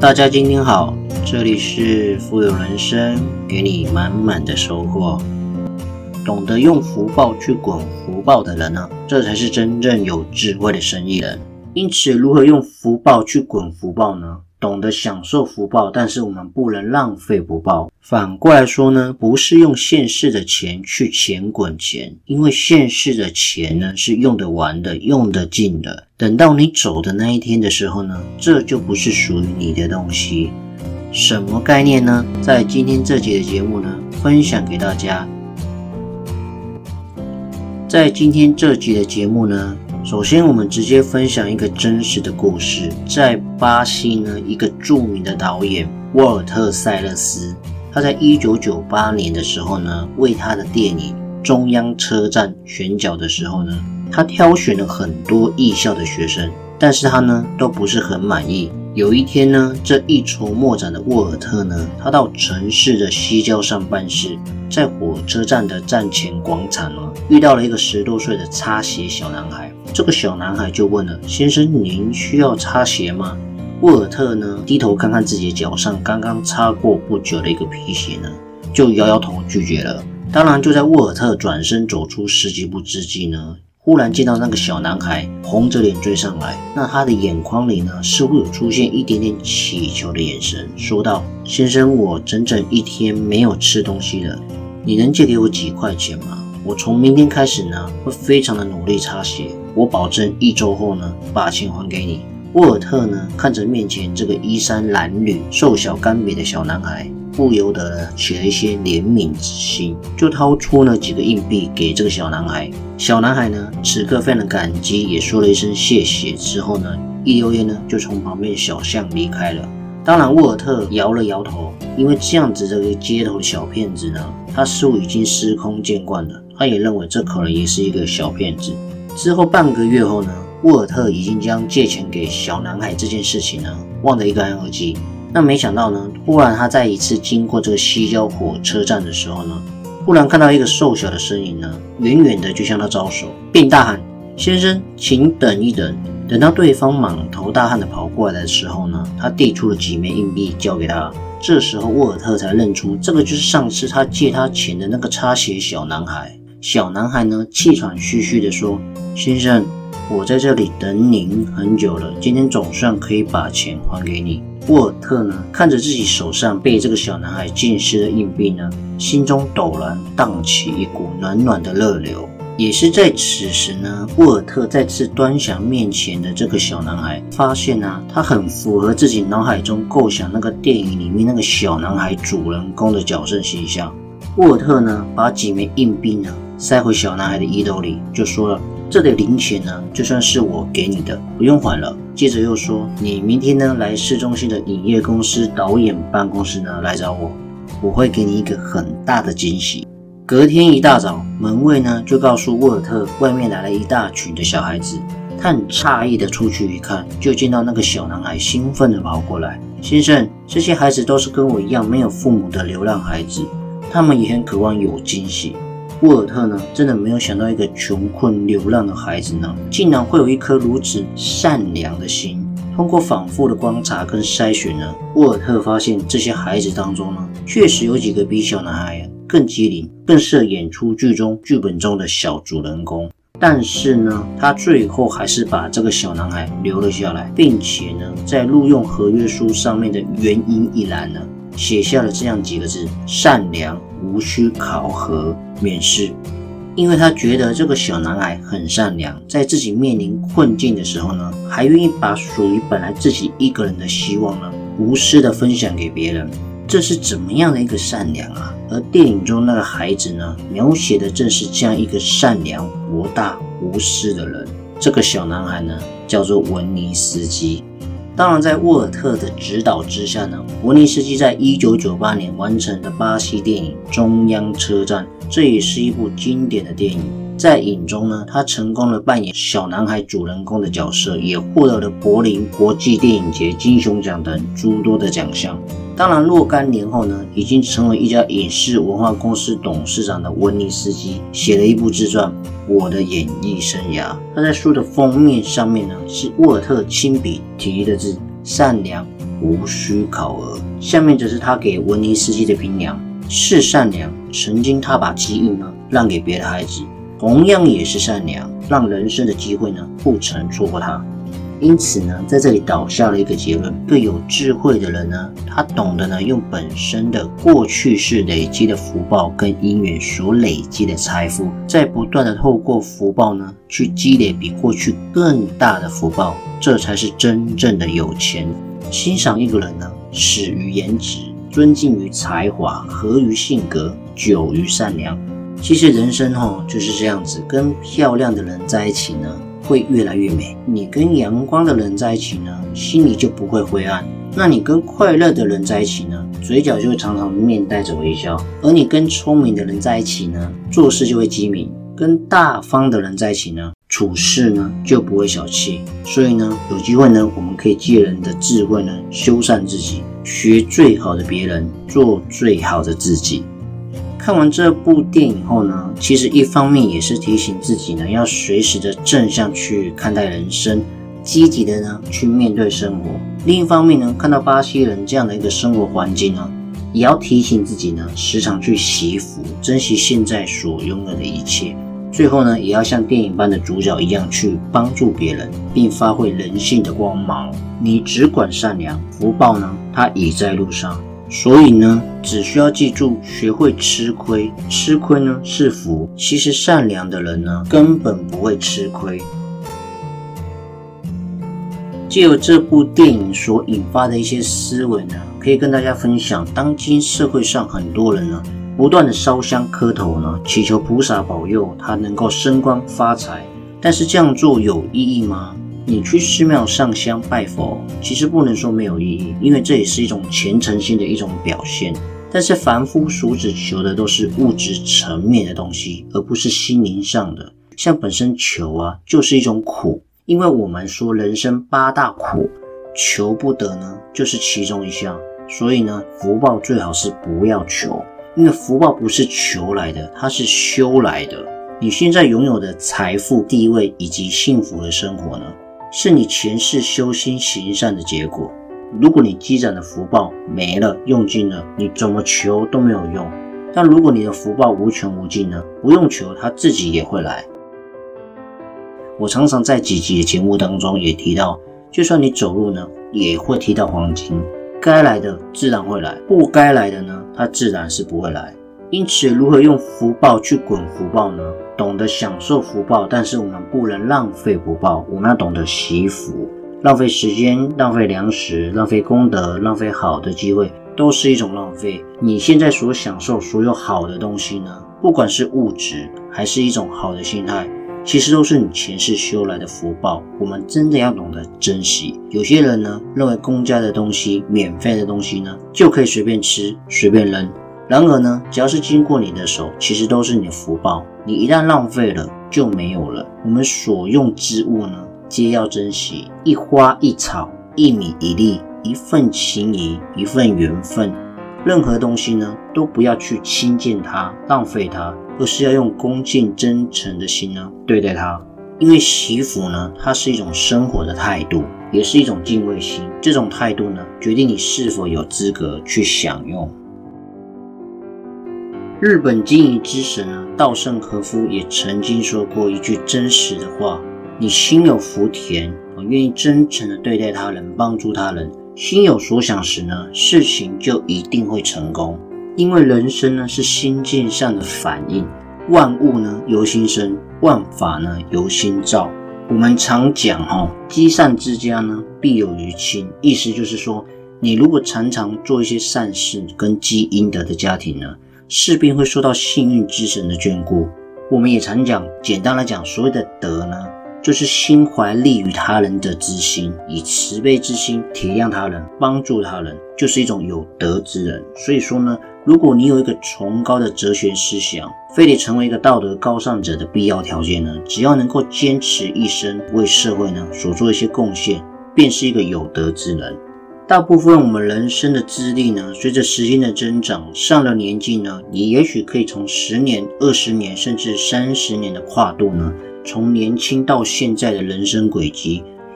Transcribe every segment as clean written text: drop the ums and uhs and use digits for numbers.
大家今天好，这里是富有人生，给你满满的收获。懂得用福报去滚福报的人呢，这才是真正有智慧的生意人。因此，如何用福报去滚福报呢？懂得享受福报，但是我们不能浪费福报。反过来说呢，不是用现世的钱去钱滚钱，因为现世的钱呢是用得完的，用得尽的。等到你走的那一天的时候呢，这就不是属于你的东西。什么概念呢？在今天这集的节目呢，分享给大家。在今天这集的节目呢，首先我们直接分享一个真实的故事。在巴西呢，一个著名的导演沃尔特·塞勒斯，他在1998年的时候呢，为他的电影《中央车站》选角的时候呢，他挑选了很多艺校的学生，但是他呢都不是很满意。有一天呢，这一筹莫展的沃尔特呢，他到城市的西郊上办事，在火车站的站前广场呢，遇到了一个10多岁的擦鞋小男孩。这个小男孩就问了：先生，您需要擦鞋吗？沃尔特呢，低头看看自己的脚上刚刚擦过不久的一个皮鞋呢，就摇摇头拒绝了。当然，就在沃尔特转身走出10几步之际呢，忽然见到那个小男孩红着脸追上来，那他的眼眶里呢，似乎有出现一点点乞求的眼神，说道：先生，我整整1天没有吃东西了，你能借给我几块钱吗？我从明天开始呢，会非常的努力擦鞋，我保证1周后呢，把钱还给你。沃尔特呢，看着面前这个衣衫褴褛、瘦小干瘪的小男孩，不由得呢起了一些怜悯之心，就掏出了几个硬币给这个小男孩。小男孩呢，此刻非常感激，也说了一声谢谢之后呢，一溜烟呢就从旁边小巷离开了。当然，沃尔特摇了摇头，因为这样子这个街头的小骗子呢，他似乎已经司空见惯了，他也认为这可能也是一个小骗子。之后半个月后呢，沃尔特已经将借钱给小男孩这件事情呢忘得一干二净。那没想到呢，突然他在一次经过这个西郊火车站的时候呢，忽然看到一个瘦小的身影呢，远远的就向他招手，并大喊：先生，请等一等。等到对方满头大汗的跑过来的时候呢，他递出了几枚硬币交给他。这时候沃尔特才认出，这个就是上次他借他钱的那个擦鞋小男孩。小男孩呢，气喘吁吁地说：先生，我在这里等您很久了，今天总算可以把钱还给你。沃尔特呢，看着自己手上被这个小男孩浸湿的硬币呢，心中陡然荡起一股暖暖的热流。也是在此时呢，沃尔特再次端详面前的这个小男孩，发现啊，他很符合自己脑海中构想那个电影里面那个小男孩主人公的角色形象。沃尔特呢，把几枚硬币呢塞回小男孩的衣兜里，就说了：这点零钱呢，就算是我给你的，不用还了。接着又说：你明天呢来市中心的影业公司导演办公室呢来找我，我会给你一个很大的惊喜。隔天一大早，门卫呢就告诉沃尔特，外面来了一大群的小孩子。他很诧异的出去一看，就见到那个小男孩兴奋的跑过来：先生，这些孩子都是跟我一样没有父母的流浪孩子，他们也很渴望有惊喜。沃尔特呢，真的没有想到一个穷困流浪的孩子呢，竟然会有一颗如此善良的心。通过反复的观察跟筛选呢，沃尔特发现这些孩子当中呢，确实有几个比小男孩更机灵，更适合演出剧本中的小主人公。但是呢，他最后还是把这个小男孩留了下来，并且呢，在录用合约书上面的原因一栏呢，写下了这样几个字：善良，无需考核，免试。因为他觉得这个小男孩很善良，在自己面临困境的时候呢，还愿意把属于本来自己一个人的希望呢，无私的分享给别人。这是怎么样的一个善良啊？而电影中那个孩子呢，描写的正是这样一个善良、博大、无私的人。这个小男孩呢，叫做文尼斯基。当然，在沃尔特的指导之下呢，文尼斯基在1998年完成的巴西电影《中央车站》，这也是一部经典的电影。在影中呢，他成功的扮演小男孩主人公的角色，也获得了柏林国际电影节金熊奖等诸多的奖项。当然，若干年后呢，已经成为一家影视文化公司董事长的文尼斯基写了一部自传《我的演艺生涯》。他在书的封面上面呢，是沃尔特亲笔题的字： 善良无需考核。下面则是他给文尼斯基的评量：是善良，曾经他把机遇呢让给别的孩子，同样也是善良，让人生的机会呢不曾错过他。因此呢，在这里导下了一个结论：对有智慧的人呢，他懂得呢用本身的过去式累积的福报跟因缘所累积的财富，在不断的透过福报呢去积累比过去更大的福报，这才是真正的有钱。欣赏一个人呢，始于颜值，尊敬于才华，合于性格，久于善良。其实人生就是这样子，跟漂亮的人在一起呢会越来越美，你跟阳光的人在一起呢，心里就不会灰暗。那你跟快乐的人在一起呢，嘴角就会常常面带着微笑。而你跟聪明的人在一起呢，做事就会机敏。跟大方的人在一起呢，处事呢就不会小气。所以呢，有机会呢，我们可以借人的智慧呢，修缮自己，学最好的别人，做最好的自己。看完这部电影后呢，其实一方面也是提醒自己呢，要随时的正向去看待人生，积极的呢去面对生活。另一方面呢，看到巴西人这样的一个生活环境呢，也要提醒自己呢，时常去惜福，珍惜现在所拥有的一切。最后呢，也要像电影般的主角一样去帮助别人，并发挥人性的光芒。你只管善良，福报呢，它已在路上。所以呢，只需要记住，学会吃亏，吃亏呢是福。其实善良的人呢，根本不会吃亏。藉由这部电影所引发的一些思维呢，可以跟大家分享，当今社会上很多人呢，不断的烧香磕头呢，祈求菩萨保佑他能够升官发财。但是这样做有意义吗？你去寺庙上香拜佛，其实不能说没有意义，因为这也是一种虔诚心的一种表现。但是凡夫俗子求的都是物质层面的东西，而不是心灵上的。像本身求就是一种苦，因为我们说人生八大苦，求不得呢就是其中一项。所以呢，福报最好是不要求，因为福报不是求来的，它是修来的。你现在拥有的财富、地位以及幸福的生活呢，是你前世修心行善的结果。如果你积攒的福报没了，用尽了，你怎么求都没有用。但如果你的福报无穷无尽呢，不用求，它自己也会来。我常常在几集的节目当中也提到，就算你走路呢，也会提到黄金，该来的自然会来，不该来的呢，它自然是不会来。因此，如何用福报去滚福报呢？懂得享受福报，但是我们不能浪费福报，我们要懂得惜福。浪费时间、浪费粮食、浪费功德、浪费好的机会，都是一种浪费。你现在所享受所有好的东西呢，不管是物质还是一种好的心态，其实都是你前世修来的福报。我们真的要懂得珍惜。有些人呢，认为公家的东西、免费的东西呢，就可以随便吃、随便扔。然而呢，只要是经过你的手，其实都是你的福报。你一旦浪费了，就没有了。我们所用之物呢，皆要珍惜。一花一草，一米一粒，一份情谊，一份缘分。任何东西呢，都不要去轻贱它、浪费它，而是要用恭敬真诚的心呢对待它。因为惜福呢，它是一种生活的态度，也是一种敬畏心。这种态度呢，决定你是否有资格去享用。日本经营之神呢，稻盛和夫也曾经说过一句真实的话：你心有福田，愿意真诚的对待他人，帮助他人，心有所想时呢，事情就一定会成功。因为人生呢是心境上的反应，万物呢由心生，万法呢由心造。我们常讲积善之家呢必有余庆，意思就是说，你如果常常做一些善事跟积阴德的家庭呢，势必会受到幸运之神的眷顾。我们也常讲，简单来讲，所谓的德呢，就是心怀利于他人的之心，以慈悲之心体谅他人，帮助他人，就是一种有德之人。所以说呢，如果你有一个崇高的哲学思想，非得成为一个道德高尚者的必要条件呢，只要能够坚持一生为社会呢所做一些贡献，便是一个有德之人。大部分我们人生的资历呢，随着时间的增长，上了年纪呢，你也许可以从10年、20年甚至30年的跨度呢，从年轻到现在的人生轨迹，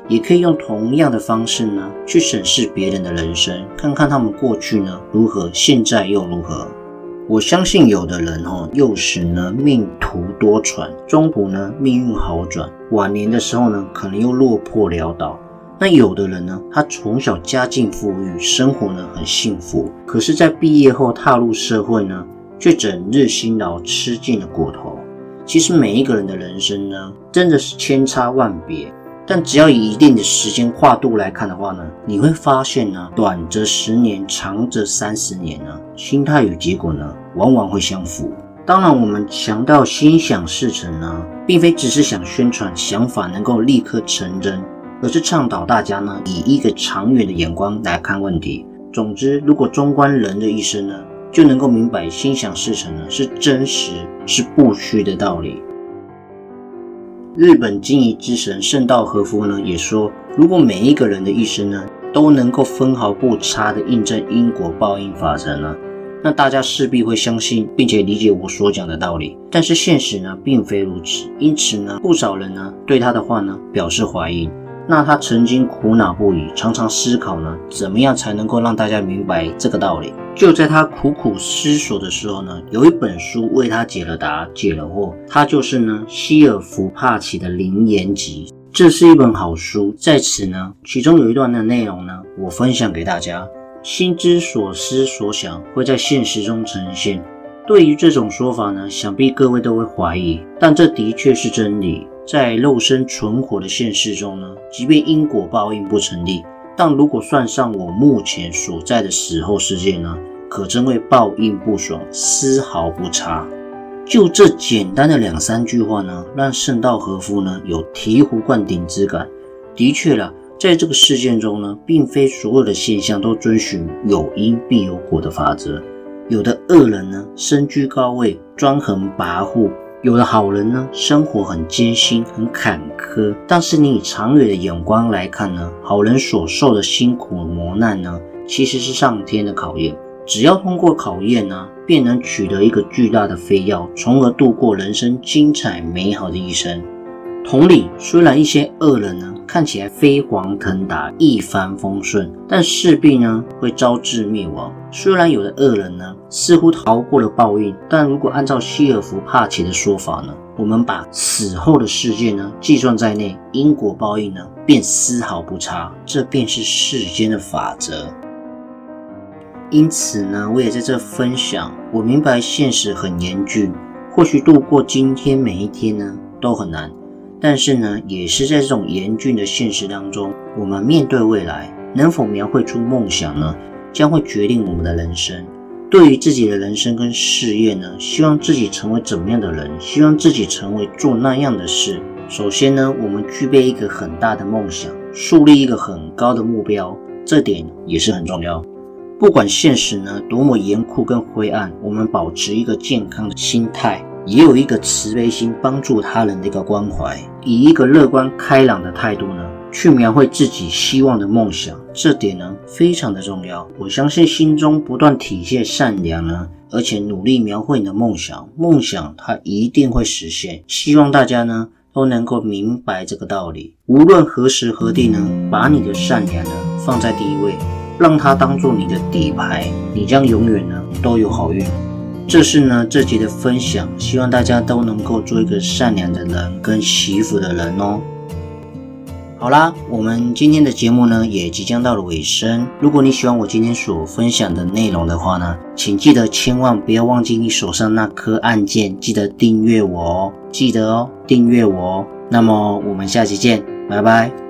也可以用同样的方式呢，去审视别人的人生，看看他们过去呢如何，现在又如何。我相信有的人幼时呢命途多舛，中途呢命运好转，晚年的时候呢可能又落魄潦倒。那有的人呢，他从小家境富裕，生活呢很幸福，可是在毕业后踏入社会呢，却整日辛劳，吃尽了苦头。其实每一个人的人生呢，真的是千差万别，但只要以一定的时间跨度来看的话呢，你会发现呢，短则10年，长则30年呢，心态与结果呢，往往会相符。当然，我们强调心想事成呢，并非只是想宣传想法能够立刻成真，而是倡导大家呢，以一个长远的眼光来看问题。总之，如果纵观人的一生呢，就能够明白心想事成呢是真实，是不虚的道理。日本经营之神圣道和夫呢也说，如果每一个人的一生呢都能够分毫不差的印证因果报应法则呢，那大家势必会相信并且理解我所讲的道理。但是现实呢并非如此，因此呢不少人呢对他的话呢表示怀疑。那他曾经苦恼不已，常常思考呢怎么样才能够让大家明白这个道理。就在他苦苦思索的时候呢，有一本书为他解了答，解了惑。它就是呢希尔弗帕奇的灵言集。这是一本好书，在此呢其中有一段的内容呢我分享给大家。心之所思所想会在现实中呈现。对于这种说法呢，想必各位都会怀疑，但这的确是真理。在肉身存活的现实中呢，即便因果报应不成立，但如果算上我目前所在的死后世界呢，可真会报应不爽，丝毫不差。就这简单的2-3句话呢，让圣道和夫呢有醍醐灌顶之感。的确啦，在这个事件中呢，并非所有的现象都遵循有因必有果的法则。有的恶人呢，身居高位，专横跋扈；有的好人呢，生活很艰辛，很坎坷。但是你以长远的眼光来看呢，好人所受的辛苦磨难呢，其实是上天的考验。只要通过考验呢，便能取得一个巨大的飞跃，从而度过人生精彩美好的一生。同理，虽然一些恶人呢看起来飞黄腾达，一帆风顺，但势必呢会招致灭亡。虽然有的恶人呢似乎逃过了报应，但如果按照希尔弗帕奇的说法呢，我们把死后的世界呢计算在内，因果报应呢便丝毫不差，这便是世间的法则。因此呢，我也在这分享，我明白现实很严峻，或许度过今天每一天呢都很难，但是呢，也是在这种严峻的现实当中，我们面对未来，能否描绘出梦想呢，将会决定我们的人生。对于自己的人生跟事业呢，希望自己成为怎么样的人，希望自己成为做那样的事。首先呢，我们具备一个很大的梦想，树立一个很高的目标，这点也是很重要。不管现实呢多么严酷跟灰暗，我们保持一个健康的心态，也有一个慈悲心，帮助他人的一个关怀，以一个乐观开朗的态度呢，去描绘自己希望的梦想，这点呢非常的重要。我相信心中不断体现善良呢，而且努力描绘你的梦想，梦想它一定会实现。希望大家呢都能够明白这个道理，无论何时何地呢，把你的善良呢放在第一位，让它当作你的底牌，你将永远呢都有好运。这是呢这集的分享，希望大家都能够做一个善良的人跟惜福的人哦。好啦，我们今天的节目呢也即将到了尾声。如果你喜欢我今天所分享的内容的话呢，请记得千万不要忘记你手上那颗按键，记得订阅我哦，记得哦，订阅我哦。那么我们下期见，拜拜。